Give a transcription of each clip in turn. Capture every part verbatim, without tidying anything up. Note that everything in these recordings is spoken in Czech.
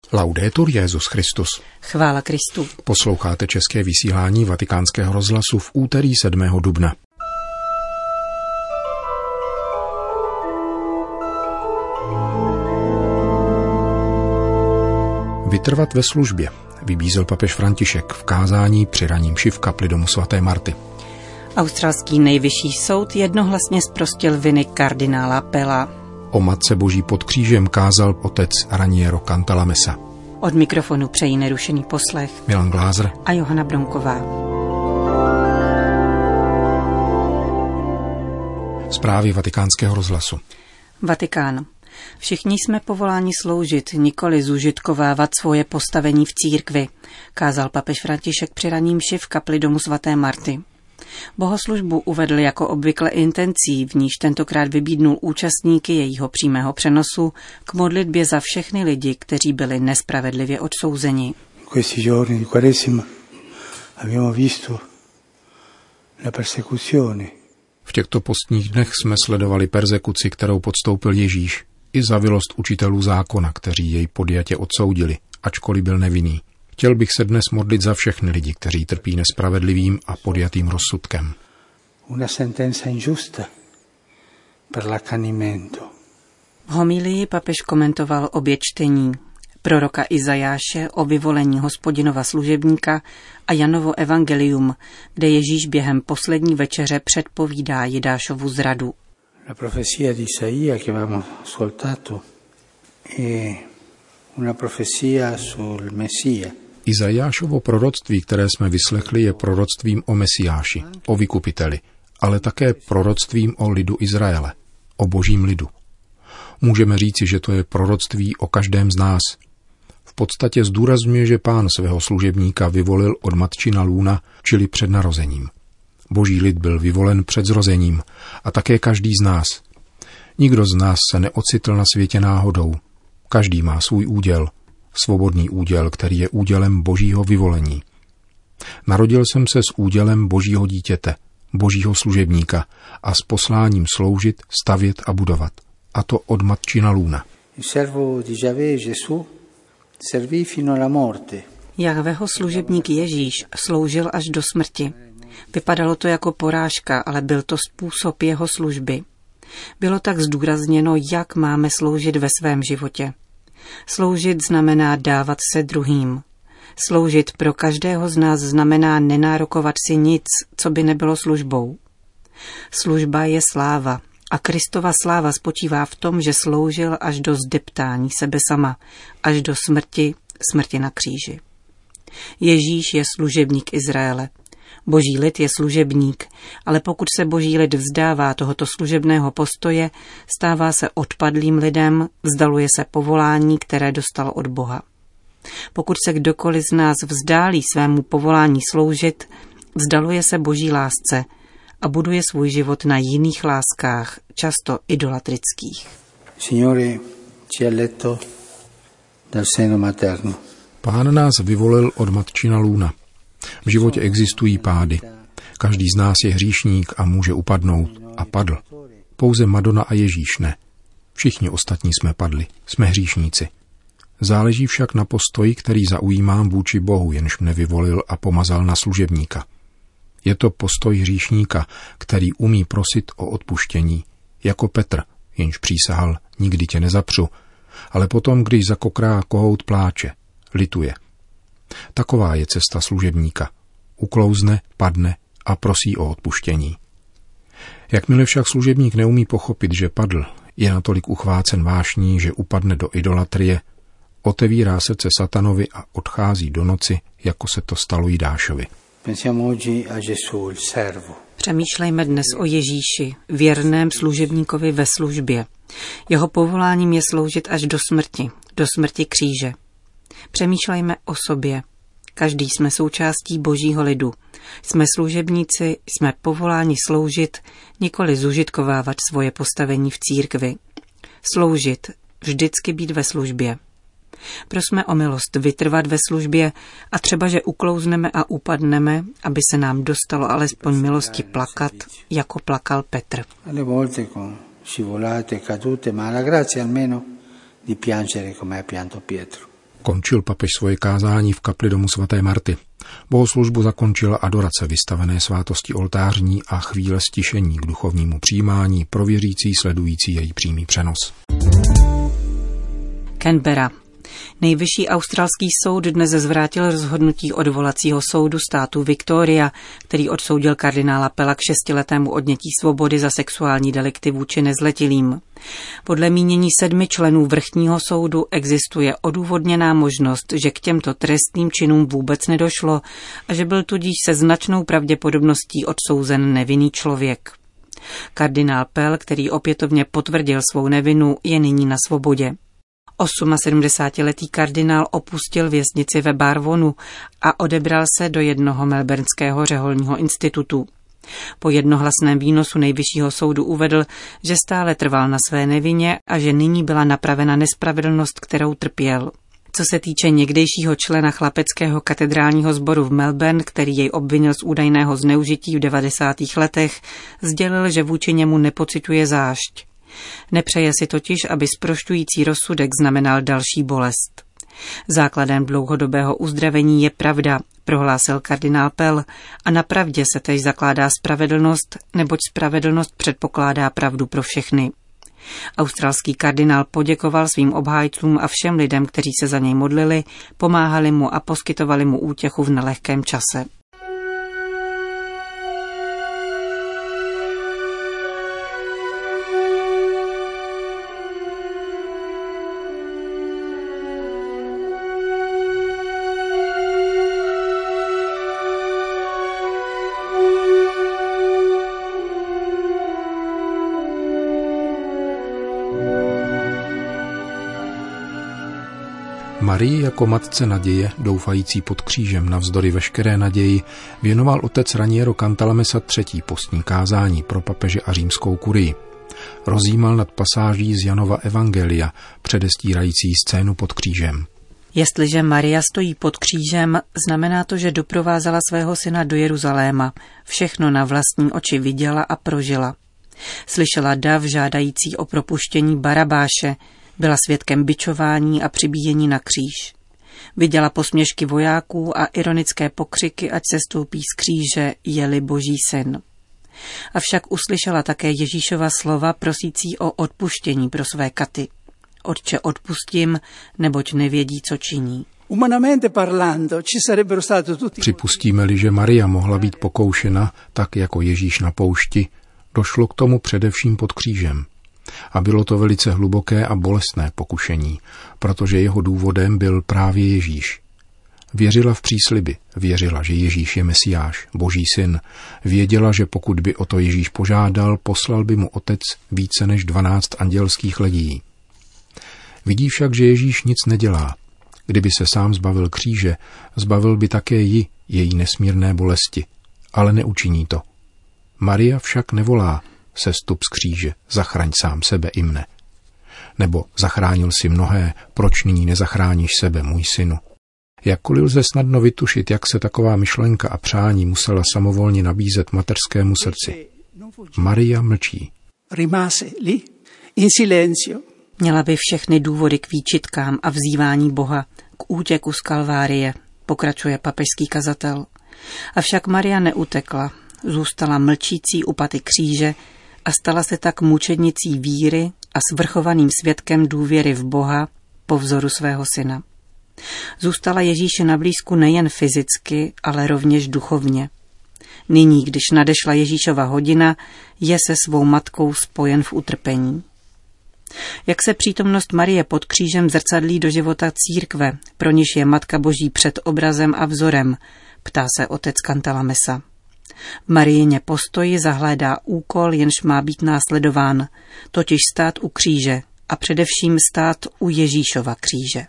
Laudetur Jesus Christus. Chvála Kristu. Posloucháte české vysílání Vatikánského rozhlasu v úterý sedmého dubna. Vytrvat ve službě, vybízel papež František v kázání při raním mši v kapli domu svaté Marty. Australský nejvyšší soud jednohlasně zprostil viny kardinála Pella. O Matce Boží pod křížem kázal otec Raniero Cantalamessa. Od mikrofonu přejí nerušený poslech Milan Glázer a Johana Bronková. Zprávy Vatikánského rozhlasu. Vatikán. Všichni jsme povoláni sloužit, nikoli zužitkovávat svoje postavení v církvi, kázal papež František při raní mši v kapli domu svaté Marty. Bohoslužbu uvedl jako obvykle intencí, v níž tentokrát vybídnul účastníky jejího přímého přenosu k modlitbě za všechny lidi, kteří byli nespravedlivě odsouzeni. Questi giorni di Quaresima abbiamo visto la persecuzione. V těchto postních dnech jsme sledovali perzekuci, kterou podstoupil Ježíš, i zavilost učitelů zákona, kteří jej podjatě odsoudili, ačkoliv byl nevinný. Chtěl bych se dnes modlit za všechny lidi, kteří trpí nespravedlivým a podjatým rozsudkem. Una sentenza ingiusta per l'accanimento. V homílii papež komentoval obě čtení, proroka Izajáše o vyvolení Hospodinova služebníka a Janovo evangelium, kde Ježíš během poslední večeře předpovídá Jidášovu zradu. La profecia di Isaia che abbiamo ascoltato è una profecia sul Messia. Izajášovo proroctví, které jsme vyslechli, je proroctvím o Mesiáši, o vykupiteli, ale také proroctvím o lidu Izraele, o božím lidu. Můžeme říci, že to je proroctví o každém z nás. V podstatě zdůrazňuje, že Pán svého služebníka vyvolil od matčina lůna, čili před narozením. Boží lid byl vyvolen před zrozením a také každý z nás. Nikdo z nás se neocitl na světě náhodou. Každý má svůj úděl, svobodný úděl, který je údělem božího vyvolení. Narodil jsem se s údělem božího dítěte, božího služebníka a s posláním sloužit, stavět a budovat. A to od matčina lůna. Jahveho služebník Ježíš sloužil až do smrti. Vypadalo to jako porážka, ale byl to způsob jeho služby. Bylo tak zdůrazněno, jak máme sloužit ve svém životě. Sloužit znamená dávat se druhým. Sloužit pro každého z nás znamená nenárokovat si nic, co by nebylo službou. Služba je sláva a Kristova sláva spočívá v tom, že sloužil až do zdeptání sebe sama, až do smrti, smrti na kříži. Ježíš je služebník Izraele. Boží lid je služebník, ale pokud se boží lid vzdává tohoto služebného postoje, stává se odpadlým lidem, vzdaluje se povolání, které dostal od Boha. Pokud se kdokoliv z nás vzdálí svému povolání sloužit, vzdaluje se boží lásce a buduje svůj život na jiných láskách, často idolatrických. Signore ci ha letto dal seno materno. Pán nás vyvolil od matčina lůna. V životě existují pády. Každý z nás je hříšník a může upadnout. A padl. Pouze Madonna a Ježíš ne. Všichni ostatní jsme padli. Jsme hříšníci. Záleží však na postoji, který zaujímám vůči Bohu, jenž mne vyvolil a pomazal na služebníka. Je to postoj hříšníka, který umí prosit o odpuštění. Jako Petr, jenž přísahal, nikdy tě nezapřu, ale potom, když zakokrá kohout, pláče, lituje. Taková je cesta služebníka. Uklouzne, padne a prosí o odpuštění. Jakmile však služebník neumí pochopit, že padl, je natolik uchvácen vášní, že upadne do idolatrie, otevírá srdce satanovi a odchází do noci, jako se to stalo Jidášovi. Přemýšlejme dnes o Ježíši, věrném služebníkovi ve službě. Jeho povoláním je sloužit až do smrti, do smrti kříže. Přemýšlejme o sobě. Každý jsme součástí božího lidu. Jsme služebníci, jsme povoláni sloužit, nikoli zužitkovávat svoje postavení v církvi. Sloužit, vždycky být ve službě. Prosme o milost vytrvat ve službě a třeba, že uklouzneme a upadneme, aby se nám dostalo alespoň milosti plakat, jako plakal Petr. Končil papež svoje kázání v kapli domu svaté Marty. Bohoslužbu zakončila adorace vystavené svátosti oltářní a chvíle stišení k duchovnímu přijímání pro věřící sledující její přímý přenos. Canberra. Nejvyšší australský soud dnes zvrátil rozhodnutí odvolacího soudu státu Victoria, který odsoudil kardinála Pella k šestiletému odnětí svobody za sexuální delikty vůči nezletilým. Podle mínění sedmi členů vrchního soudu existuje odůvodněná možnost, že k těmto trestným činům vůbec nedošlo a že byl tudíž se značnou pravděpodobností odsouzen nevinný člověk. Kardinál Pell, který opětovně potvrdil svou nevinu, je nyní na svobodě. sedmdesátiosmiletý kardinál opustil věznici ve Barwonu a odebral se do jednoho melbourneského řeholního institutu. Po jednohlasném výnosu nejvyššího soudu uvedl, že stále trval na své nevině a že nyní byla napravena nespravedlnost, kterou trpěl. Co se týče někdejšího člena chlapeckého katedrálního sboru v Melbourne, který jej obvinil z údajného zneužití v devadesátých letech, sdělil, že vůči němu nepociťuje zášť. Nepřeje si totiž, aby zprošťující rozsudek znamenal další bolest. Základem dlouhodobého uzdravení je pravda, prohlásil kardinál Pell, a na pravdě se též zakládá spravedlnost, neboť spravedlnost předpokládá pravdu pro všechny. Australský kardinál poděkoval svým obhájcům a všem lidem, kteří se za něj modlili, pomáhali mu a poskytovali mu útěchu v nelehkém čase. Marii jako matce naděje, doufající pod křížem navzdory veškeré naději, věnoval otec Raniero Cantalamessa třetí postní kázání pro papeže a římskou kurii. Rozjímal nad pasáží z Janova evangelia, předestírající scénu pod křížem. Jestliže Maria stojí pod křížem, znamená to, že doprovázela svého syna do Jeruzaléma. Všechno na vlastní oči viděla a prožila. Slyšela dav žádající o propuštění Barabáše, byla svědkem bičování a přibíjení na kříž. Viděla posměšky vojáků a ironické pokřiky, ať se stoupí z kříže, je-li Boží syn. Avšak uslyšela také Ježíšova slova prosící o odpuštění pro své katy. Otče, odpustím, neboť nevědí, co činí. Připustíme-li, že Maria mohla být pokoušena, tak jako Ježíš na poušti, došlo k tomu především pod křížem. A bylo to velice hluboké a bolestné pokušení, protože jeho důvodem byl právě Ježíš. Věřila v přísliby, věřila, že Ježíš je Mesiáš, Boží syn. Věděla, že pokud by o to Ježíš požádal, poslal by mu otec více než dvanáct andělských legií. Vidí však, že Ježíš nic nedělá. Kdyby se sám zbavil kříže, zbavil by také ji, její nesmírné bolesti. Ale neučiní to. Maria však nevolá: sestup z kříže, zachraň sám sebe i mne. Nebo zachránil si mnohé, proč nyní nezachráníš sebe, můj synu? Jakkoliv lze snadno vytušit, jak se taková myšlenka a přání musela samovolně nabízet mateřskému srdci. Maria mlčí. Měla by všechny důvody k výčitkám a vzývání Boha, k útěku z Kalvárie, pokračuje papežský kazatel. Avšak Maria neutekla, zůstala mlčící u paty kříže a stala se tak mučednicí víry a svrchovaným svědkem důvěry v Boha po vzoru svého syna. Zůstala Ježíši na blízku nejen fyzicky, ale rovněž duchovně. Nyní, když nadešla Ježíšova hodina, je se svou matkou spojen v utrpení. Jak se přítomnost Marie pod křížem zrcadlí do života církve, pro níž je Matka Boží před obrazem a vzorem, ptá se otec Cantalamessa. V Marijině postoji zahlédá úkol, jenž má být následován, totiž stát u kříže a především stát u Ježíšova kříže.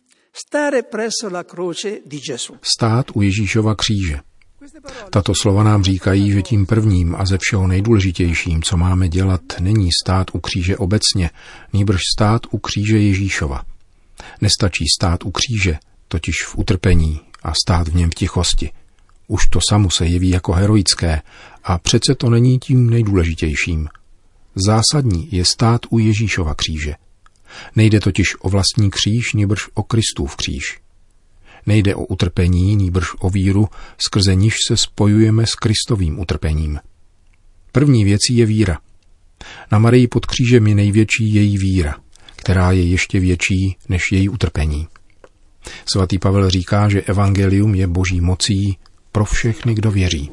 Stát u Ježíšova kříže. Tato slova nám říkají, že tím prvním a ze všeho nejdůležitějším, co máme dělat, není stát u kříže obecně, nýbrž stát u kříže Ježíšova. Nestačí stát u kříže, totiž v utrpení, a stát v něm v tichosti. Už to samo se jeví jako heroické a přece to není tím nejdůležitějším. Zásadní je stát u Ježíšova kříže. Nejde totiž o vlastní kříž, nýbrž o Kristův kříž. Nejde o utrpení, nýbrž o víru, skrze níž se spojujeme s Kristovým utrpením. První věcí je víra. Na Marii pod křížem je největší její víra, která je ještě větší než její utrpení. Svatý Pavel říká, že evangelium je boží mocí pro všechny, kdo věří.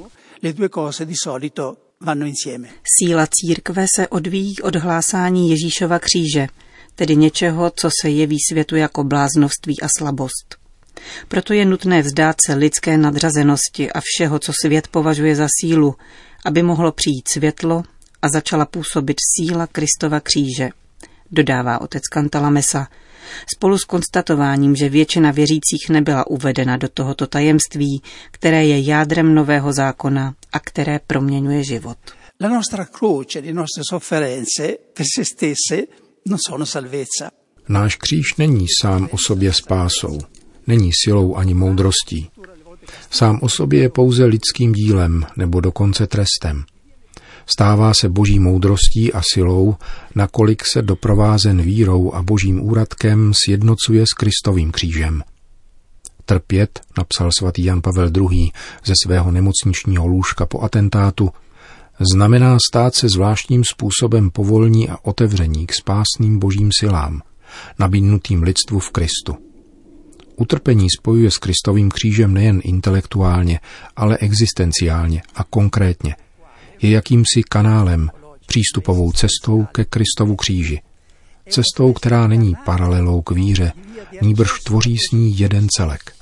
Síla církve se odvíjí od hlásání Ježíšova kříže, tedy něčeho, co se jeví světu jako bláznovství a slabost. Proto je nutné vzdát se lidské nadřazenosti a všeho, co svět považuje za sílu, aby mohlo přijít světlo a začala působit síla Kristova kříže, dodává otec Cantalamessa, spolu s konstatováním, že většina věřících nebyla uvedena do tohoto tajemství, které je jádrem nového zákona a které proměňuje život. La nostra croce, le nostre sofferenze per se stesse non sono salvezza. Náš kříž není sám o sobě spásou, není silou ani moudrostí. Sám o sobě je pouze lidským dílem nebo dokonce trestem. Stává se boží moudrostí a silou, nakolik se doprovázen vírou a božím úradkem sjednocuje s Kristovým křížem. Trpět, napsal svatý Jan Pavel druhý. ze svého nemocničního lůžka po atentátu, znamená stát se zvláštním způsobem povolní a otevření k spásným božím silám, nabídnutým lidstvu v Kristu. Utrpení spojuje s Kristovým křížem nejen intelektuálně, ale existenciálně a konkrétně. Je jakýmsi kanálem, přístupovou cestou ke Kristovu kříži. Cestou, která není paralelou k víře, nýbrž tvoří s ní jeden celek.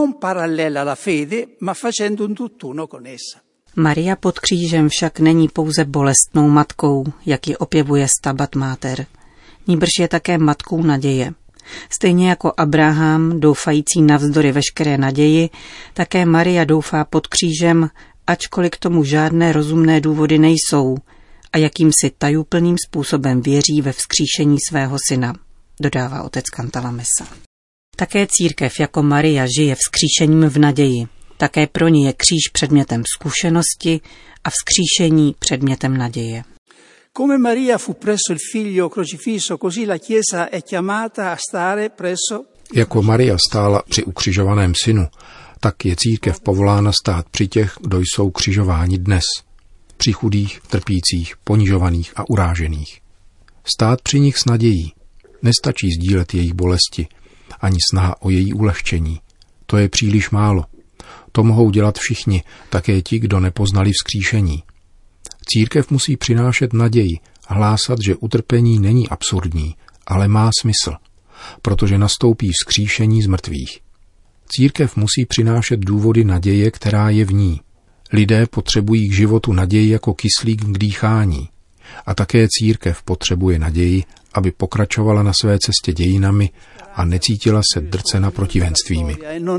Maria pod křížem však není pouze bolestnou matkou, jak ji opěvuje Stabat Mater. Nýbrž je také matkou naděje. Stejně jako Abraham, doufající navzdory veškeré naději, také Maria doufá pod křížem, ačkoliv k tomu žádné rozumné důvody nejsou, a jakýmsi tajuplným způsobem věří ve vzkříšení svého syna, dodává otec Cantalamessa. Také církev jako Maria žije vzkříšením v naději. Také pro ní je kříž předmětem zkušenosti a vzkříšení předmětem naděje. Come Maria fu presso il figlio crocifisso, così la Chiesa è chiamata a stare presso. Jako Maria stála při ukřižovaném synu, tak je církev povolána stát při těch, kdo jsou křižováni dnes. Při chudých, trpících, ponižovaných a urážených. Stát při nich s nadějí. Nestačí sdílet jejich bolesti, ani snaha o její ulehčení. To je příliš málo. To mohou dělat všichni, také ti, kdo nepoznali vzkříšení. Církev musí přinášet naději, hlásat, že utrpení není absurdní, ale má smysl, protože nastoupí vzkříšení z mrtvých. Církev musí přinášet důvody naděje, která je v ní. Lidé potřebují k životu naději jako kyslík k dýchání. A také církev potřebuje naději, aby pokračovala na své cestě dějinami a necítila se drcena protivenstvími.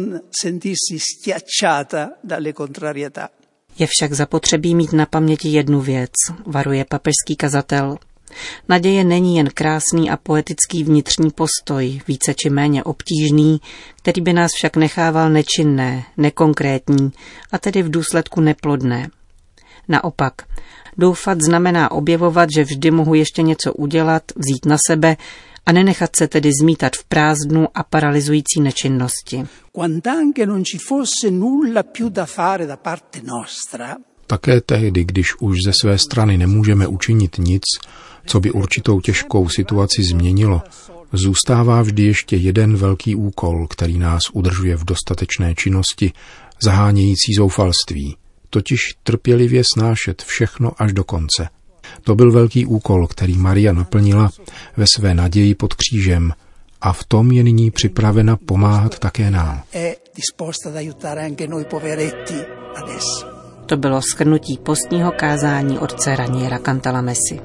Je však zapotřebí mít na paměti jednu věc, varuje papežský kazatel. Naděje není jen krásný a poetický vnitřní postoj, více či méně obtížný, který by nás však nechával nečinné, nekonkrétní a tedy v důsledku neplodné. Naopak, doufat znamená objevovat, že vždy mohu ještě něco udělat, vzít na sebe a nenechat se tedy zmítat v prázdnu a paralyzující nečinnosti. Také tehdy, když už ze své strany nemůžeme učinit nic, co by určitou těžkou situaci změnilo, zůstává vždy ještě jeden velký úkol, který nás udržuje v dostatečné činnosti, zahánějící zoufalství, totiž trpělivě snášet všechno až do konce. To byl velký úkol, který Maria naplnila ve své naději pod křížem a v tom je nyní připravena pomáhat také nám. To bylo shrnutí postního kázání otce Raniera Cantalamessy.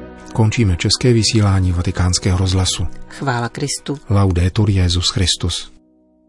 Končíme české vysílání Vatikánského rozhlasu. Chvála Kristu. Laudetur Jesus Christus.